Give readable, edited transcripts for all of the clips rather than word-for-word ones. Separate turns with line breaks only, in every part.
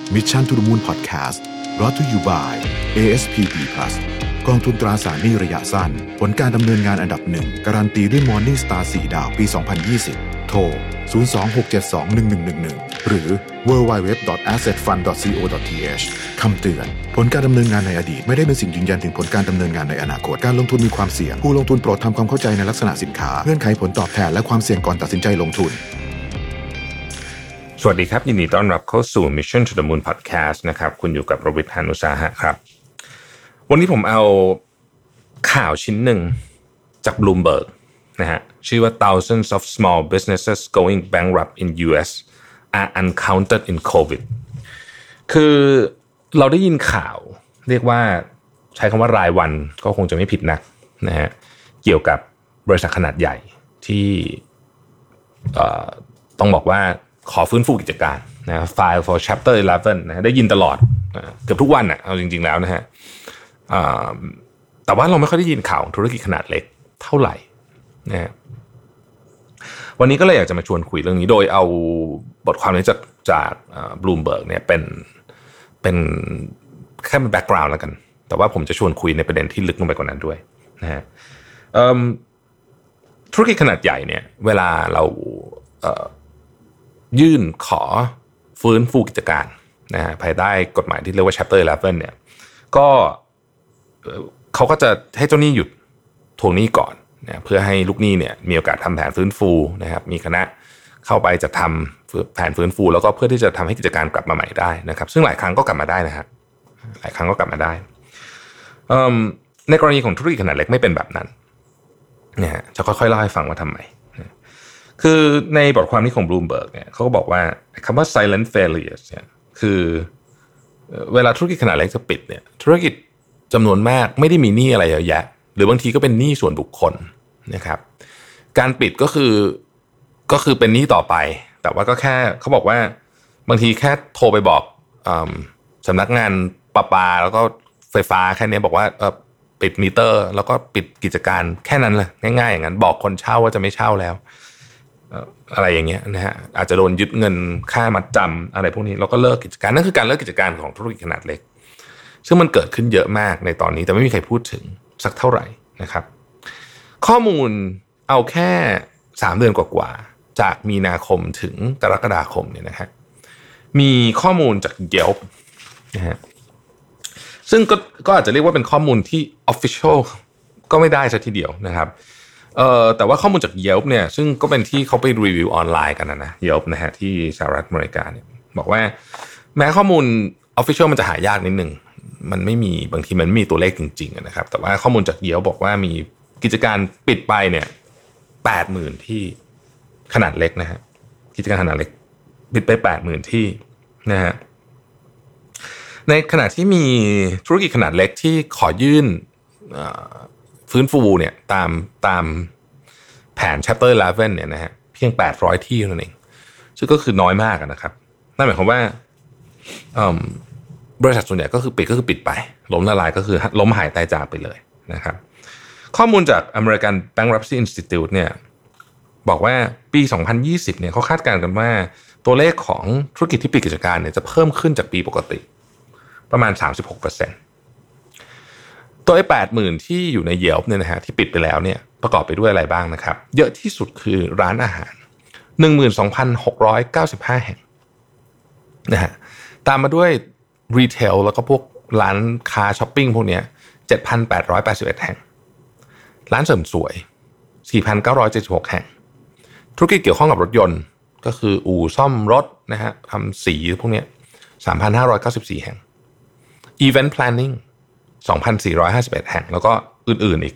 Mission to the Moon Podcast brought to you by ASPP Plus กองทุนตราสารหนี้ระยะสั้นผลการดำเนินงานอันดับหนึ่งการันตีด้วย Morningstar 4 ดาวปี 2020 โทร 026721111 หรือ www.assetfund.co.th คำเตือนผลการดำเนินงานในอดีตไม่ได้เป็นสิ่งยืนยันถึงผลการดำเนินงานในอนาคตการลงทุนมีความเสี่ยงผู้ลงทุนโปรดทำความเข้าใจในลักษณะสินค้าเงื่อนไขผลตอบแทนและความเสี่ยงก่อนตัดสินใจลงทุน
สวัสดีครับยินดีต้อนรับเข้าสู่ Mission to the Moon Podcast นะครับคุณอยู่กับรวิทย์ หาญอุตสาหะครับวันนี้ผมเอาข่าวชิ้นหนึ่งจาก Bloomberg นะฮะชื่อว่า Thousands of small businesses going bankrupt in US are uncounted in COVID คือเราได้ยินข่าวเรียกว่าใช้คำว่ารายวันก็คงจะไม่ผิดนักนะฮะเกี่ยวกับบริษัทขนาดใหญ่ที่ต้องบอกว่าขอฟื้นฟูกิจการนะ File for Chapter 11นะได้ยินตลอดเกือบทุกวันน่ะเอาจริงๆแล้วนะฮะแต่ว่าเราไม่ค่อยได้ยินข่าวธุรกิจขนาดเล็กเท่าไหร่นะฮะวันนี้ก็เลยอยากจะมาชวนคุยเรื่องนี้โดยเอาบทความนี้จาก Bloomberg เนี่ยเป็นแค่เป็นแบ็คกราวด์แล้วกันแต่ว่าผมจะชวนคุยในประเด็นที่ลึกลงไปกว่านั้นด้วยนะฮะธุรกิจขนาดใหญ่เนี่ยเวลาเรายื่นขอฟื้นฟูกิจการนะฮะภายใต้กฎหมายที่เรียกว่า Chapter 11เนี่ยก็เขาก็จะให้เจ้าหนี้หยุดทวงหนี้ก่อนนะเพื่อให้ลูกหนี้เนี่ยมีโอกาสทำแผนฟื้นฟูนะครับมีคณะเข้าไปจะทำแผนฟื้นฟูแล้วก็เพื่อที่จะทำให้กิจการกลับมาใหม่ได้นะครับซึ่งหลายครั้งก็กลับมาได้นะฮะหลายครั้งก็กลับมาได้ในกรณีของธุรกิจขนาดเล็กไม่เป็นแบบนั้นนะฮะจะค่อยๆเล่าให้ฟังว่าทำไมคือในบทความนี้ของ Bloomberg เนี่ยเขาก็บอกว่าคำว่า silent failures เนี่ยคือเวลาธุรกิจขนาดเล็กจะปิดเนี่ยธุรกิจจำนวนมากไม่ได้มีหนี้อะไรเยอะแยะหรือบางทีก็เป็นหนี้ส่วนบุคคลนะครับการปิดก็คือเป็นหนี้ต่อไปแต่ว่าก็แค่เขาบอกว่าบางทีแค่โทรไปบอกสำนักงานประปาแล้วก็ไฟฟ้าแค่นี้บอกว่าปิดมิเตอร์แล้วก็ปิดกิจการแค่นั้นเลยง่ายๆอย่างนั้นบอกคนเช่าว่าจะไม่เช่าแล้วอะไรอย่างเงี้ยนะฮะอาจจะโดนยึดเงินค่ามัดจำอะไรพวกนี้แล้วก็เลิกกิจการนั่นคือการเลิกกิจการของธุรกิจขนาดเล็กซึ่งมันเกิดขึ้นเยอะมากในตอนนี้แต่ไม่มีใครพูดถึงสักเท่าไหร่นะครับข้อมูลเอาแค่3เดือนกว่าๆจากมีนาคมถึงกรกฎาคมเนี่ยนะฮะมีข้อมูลจาก Yelp นะฮะซึ่งก็อาจจะเรียกว่าเป็นข้อมูลที่ official ก็ไม่ได้ซะทีเดียวนะครับแต่ว่าข้อมูลจาก Yelp เนี่ยซึ่งก็เป็นที่เขาไปรีวิวออนไลน์กันนะ Yelp นะฮะที่สหรัฐอเมริกาเนี่ยบอกว่าแม้ข้อมูล official มันจะหายากนิดนึงมันไม่มีบางทีมันไม่มีตัวเลขจริงๆนะครับแต่ว่าข้อมูลจาก Yelp บอกว่ามีกิจการปิดไปเนี่ย 80,000 ที่ขนาดเล็กนะฮะกิจการขนาดเล็กปิดไป 80,000 ที่นะฮะในขณะที่มีธุรกิจขนาดเล็กที่ขอยื่นฟื้นฟูเนี่ยตามแผน Chapter 11เนี่ยนะฮะเพียง800ที่นั่นเองซึ่งก็คือน้อยมากนะครับนั่นหมายความว่าบริษัทส่วนใหญ่ก็คือปิดไปล้มละลายก็คือล้มหายตายจากไปเลยนะครับข้อมูลจาก American Bankruptcy Institute เนี่ยบอกว่าปี 2020เนี่ยเขาคาดการณ์กันว่าตัวเลขของธุรกิจที่ปิดกิจการเนี่ยจะเพิ่มขึ้นจากปีปกติประมาณ 36%ตัว 80,000 ที่อยู่ใน Yelp เนี่ยนะฮะที่ปิดไปแล้วเนี่ยประกอบไปด้วยอะไรบ้างนะครับเยอะที่สุดคือร้านอาหาร 12,695 แห่งนะฮะตามมาด้วยรีเทลแล้วก็พวกร้านค้าช้อปปิ้งพวกเนี้ย 7,881 แห่งร้านเสริมสวย 4,976 แห่งธุรกิจเกี่ยวข้องกับรถยนต์ก็คืออู่ซ่อมรถนะฮะทำสีพวกเนี้ย 3,594 แห่งEvent Planning 2,451 แห่งแล้วก็อื่นๆอีก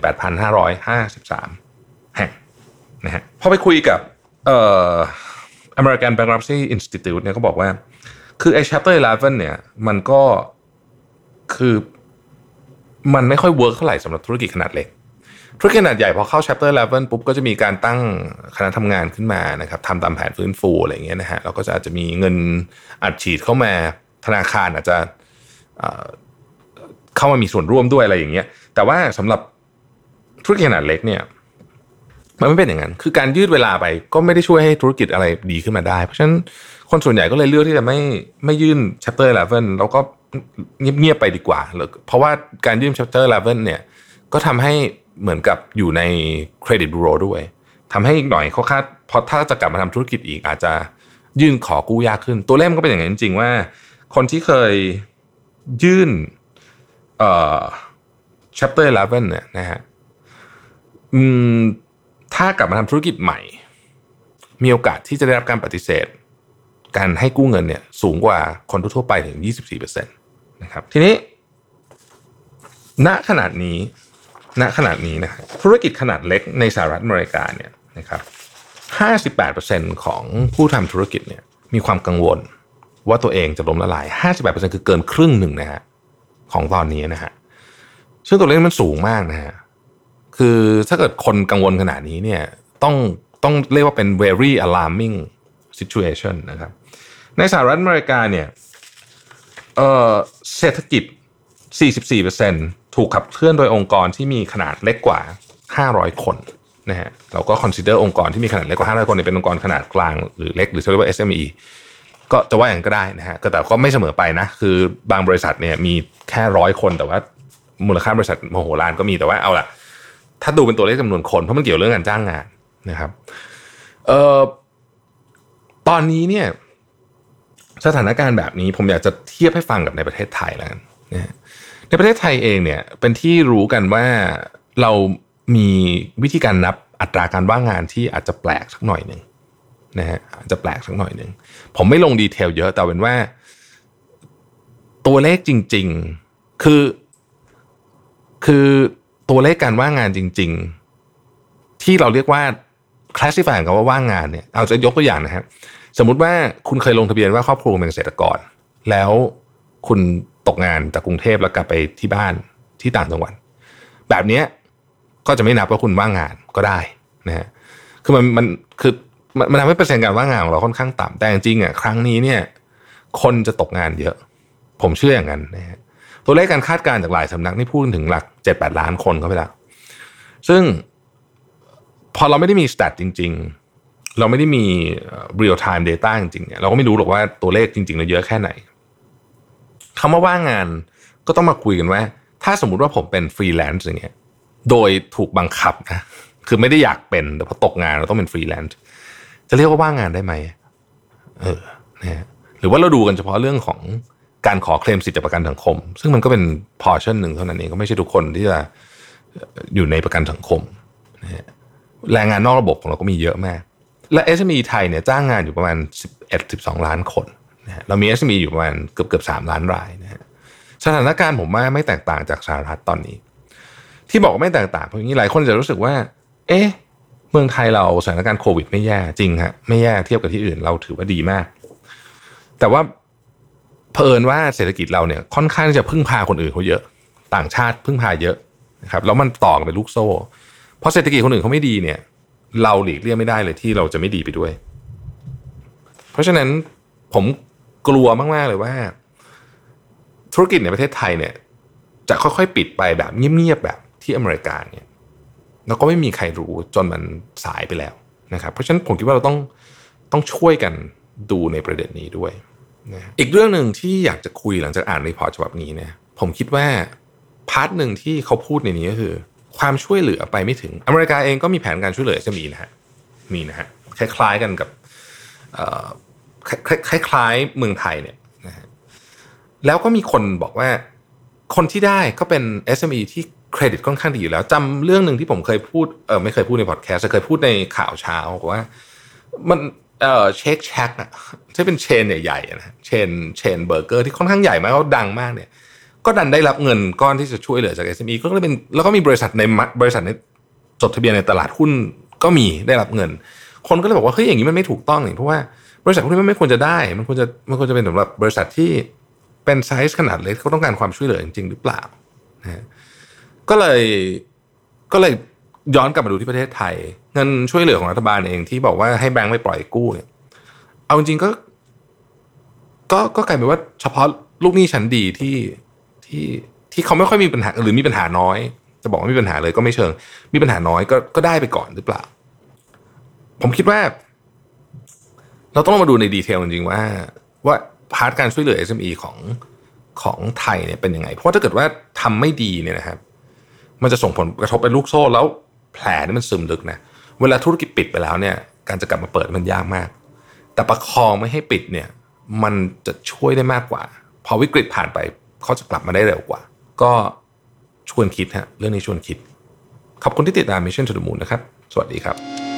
28,553 แห่งนะฮะพอไปคุยกับAmerican Bankruptcy Institute เนี่ยก็บอกว่าคือไอ้ Chapter 11เนี่ยมันก็คือมันไม่ค่อยเวิร์คเท่าไหร่สำหรับธุรกิจขนาดเล็กธุรกิจขนาดใหญ่พอเข้า Chapter 11ปุ๊บก็จะมีการตั้งคณะทำงานขึ้นมานะครับทำตามแผนฟื้นฟูอะไรอย่างเงี้ยนะฮะแล้วก็อาจจะมีเงินอัดฉีดเข้ามาธนาคารอาจจะเข้ามามีส่วนร่วมด้วยอะไรอย่างเงี้ยแต่ว่าสำหรับธุรกิจขนาดเล็กเนี่ยมันไม่เป็นอย่างนั้นคือการยืดเวลาไปก็ไม่ได้ช่วยให้ธุรกิจอะไรดีขึ้นมาได้เพราะฉะนั้นคนส่วนใหญ่ก็เลยเลือกที่จะไม่ยื่น Chapter 11แล้วก็เงียบๆไปดีกว่าเพราะว่าการยื่น Chapter 11เนี่ยก็ทำให้เหมือนกับอยู่ในเครดิตบูโรด้วยทำให้อีกหน่อยเขาคาดพอถ้าจะกลับมาทำธุรกิจอีกอาจจะยื่นขอกู้ยากขึ้นตัวเลขมันก็เป็นอย่างนั้นจริงๆว่าคนที่เคยยื่นChapter 11เนี่ยนะฮะถ้ากลับมาทำธุรกิจใหม่มีโอกาสที่จะได้รับการปฏิเสธการให้กู้เงินเนี่ยสูงกว่าคนทั่วไปถึง 24% นะครับทีนี้ณขนาดนี้นะธุรกิจขนาดเล็กในสหรัฐอเมริกาเนี่ยนะครับ 58% ของผู้ทำธุรกิจเนี่ยมีความกังวลว่าตัวเองจะล้มละลาย 58% คือเกินครึ่งหนึ่งนะฮะของตอนนี้นะฮะซึ่งตัวเลขมันสูงมากนะฮะคือถ้าเกิดคนกังวลขนาดนี้เนี่ยต้องเรียกว่าเป็น very alarming situation นะครับในสหรัฐอเมริกาเนี่ยเศรษฐกิจ 44% ถูกขับเคลื่อนโดยองค์กรที่มีขนาดเล็กกว่า500คนนะฮะเราก็ consider องค์กรที่มีขนาดเล็กกว่า500คนเนี่ยเป็นองค์กรขนาดกลางหรือเล็กหรือเรียกว่า SME ก็จะว่าอย่างก็ได้นะฮะแต่ก็ไม่เสมอไปนะคือบางบริษัทเนี่ยมีแค่100คนแต่ว่ามูลค่าบริษัทมโหฬารก็มีแต่ว่าเอาล่ะถ้าดูเป็นตัวเลขจำนวนคนเพราะมันเกี่ยวเรื่องการจ้างงานนะครับตอนนี้เนี่ยสถานการณ์แบบนี้ผมอยากจะเทียบให้ฟังกับในประเทศไทยแล้วกันนะในประเทศไทยเองเนี่ยเป็นที่รู้กันว่าเรามีวิธีการนับอัตราการว่างงานที่อาจจะแปลกสักหน่อยนึงนะฮะอาจจะแปลกสักหน่อยนึงผมไม่ลงดีเทลเยอะแต่เป็นว่าตัวเลขจริงๆคือตัวเลขการว่างงานจริงๆที่เราเรียกว่า classify กันว่าว่างงานเนี่ยเอาจะยกตัวอย่างนะครับสมมุติว่าคุณเคยลงทะเบียนว่าครอบครัวเป็นเกษตรกรแล้วคุณตกงานจากกรุงเทพแล้วกลับไปที่บ้านที่ต่างจังหวัดแบบนี้ก็จะไม่นับว่าคุณว่างงานก็ได้นะฮะคือมันทำให้เปอร์เซ็นต์การว่างงานของเราค่อนข้างต่ำแต่จริงๆอ่ะครั้งนี้เนี่ยคนจะตกงานเยอะผมเชื่ออย่างนั้นนะฮะตัวเลขการคาดการณ์จากหลายสำนักนี่พูดถึงหลัก 7-8 ล้านคนเข้าไปแล้วซึ่งพอเราไม่ได้มีสแตทจริงๆเราไม่ได้มี real time data จริงๆเนี่ยเราก็ไม่รู้หรอกว่าตัวเลขจริงๆเราเยอะแค่ไหนคำว่าว่างงานก็ต้องมาคุยกันว่าถ้าสมมุติว่าผมเป็นฟรีแลนซ์อย่างเงี้ยโดยถูกบังคับนะคือไม่ได้อยากเป็นแต่พอตกงานเราต้องเป็นฟรีแลนซ์จะเรียกว่าว่างงานได้ไหมนะหรือว่าเราดูกันเฉพาะเรื่องของการขอเคลมสิทธิประกันสังคมซึ่งมันก็เป็น portion หนึ่งเท่านั้นเองก็ไม่ใช่ทุกคนที่จะอยู่ในประกันสังคมนะฮะแรงงานนอกระบบของเราก็มีเยอะมากและ SME ไทยเนี่ยจ้างงานอยู่ประมาณ 11-12 ล้านคนนะฮะเรามี SME อยู่ประมาณเกือบ3ล้านรายนะฮะสถานการณ์ผมว่าไม่แตกต่างจากสหรัฐตอนนี้ที่บอกว่าไม่แตกต่างเพราะอย่างนี้หลายคนจะรู้สึกว่าเมืองไทยเราสถานการณ์โควิดไม่แย่จริงฮะไม่แย่เทียบกับที่อื่นเราถือว่าดีมากแต่ว่าเผอิญว่าเศรษฐกิจเราเนี่ยค่อนข้างจะพึ่งพาคนอื่นเขาเยอะต่างชาติพึ่งพาเยอะนะครับแล้วมันต่อกันเป็นลูกโซ่เพราะเศรษฐกิจคนอื่นเขาไม่ดีเนี่ยเราหลีกเลี่ยงไม่ได้เลยที่เราจะไม่ดีไปด้วยเพราะฉะนั้นผมกลัวมากๆเลยว่าธุรกิจในประเทศไทยเนี่ยจะค่อยๆปิดไปแบบเงียบๆแบบที่อเมริกาเนี่ยแล้วก็ไม่มีใครรู้จนมันสายไปแล้วนะครับเพราะฉะนั้นผมคิดว่าเราต้องช่วยกันดูในประเด็นนี้ด้วยนะอีกเรื่องนึงที่อยากจะคุยหลังจากอ่านรีพอร์ตฉบับนี้เนี่ยผมคิดว่าพาร์ทนึงที่เขาพูดในนี้ก็คือความช่วยเหลือไปไม่ถึงอเมริกาเองก็มีแผนการช่วยเหลือSMEนะฮะมีนะฮะคล้ายๆกันกับคล้ายๆเมืองไทยเนี่ยนะฮะแล้วก็มีคนบอกว่าคนที่ได้ก็เป็น SME ที่เครดิตค่อนข้างดีอยู่แล้วจำเรื่องนึงที่ผมเคยพูดไม่เคยพูดในพอดแคสต์เคยพูดในข่าวเช้าบอกว่ามันเช็คแช็กอะที่เป็นเชนใหญ่ๆนะเชนเบอร์เกอร์ที่ค่อนข้างใหญ่มากเขาดังมากเนี่ยก็ดันได้รับเงินก้อนที่จะช่วยเหลือจาก SME ก็เลยเป็นแล้วก็มีบริษัทในจดทะเบียนในตลาดหุ้นก็มีได้รับเงินคนก็เลยบอกว่าเฮ้ยอย่างนี้มันไม่ถูกต้องนี่เพราะว่าบริษัทพวกนี้มันไม่ควรจะได้มันควรจะเป็นสำหรับบริษัทที่เป็นไซส์ขนาดเล็กเขาต้องการความช่วยเหลือจริงๆหรือเปล่านะก็เลยย้อนกลับมาดูที่ประเทศไทยเงินช่วยเหลือของรัฐบาลเองที่บอกว่าให้แบงค์ไม่ปล่อยกู้เนี่ยเอาจริงก็กลายเป็นว่าเฉพาะลูกหนี้ชั้นดีที่เขาไม่ค่อยมีปัญหาหรือมีปัญหาน้อยจะบอกว่ามีปัญหาเลยก็ไม่เชิงมีปัญหาน้อยก็ได้ไปก่อนหรือเปล่าผมคิดว่าเราต้องมาดูในดีเทลจริงๆว่าพาร์ทการช่วยเหลือ SME ของไทยเนี่ยเป็นยังไงเพราะถ้าเกิดว่าทำไม่ดีเนี่ยนะครับมันจะส่งผลกระทบเป็นลูกโซ่แล้วแผลนี่มันซึมลึกนะเวลาธุรกิจปิดไปแล้วเนี่ยการจะกลับมาเปิดมันยากมากแต่ประคองไม่ให้ปิดเนี่ยมันจะช่วยได้มากกว่าพอวิกฤตผ่านไปเขาจะกลับมาได้เร็วกว่าก็ชวนคิดฮะเรื่องนี้ชวนคิดขอบคุณที่ติดตาม Mission to the Moon นะครับสวัสดีครับ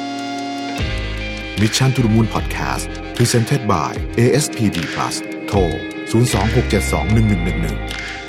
Mission to the Moon Podcast Presented by ASPD Plus โทร 026721111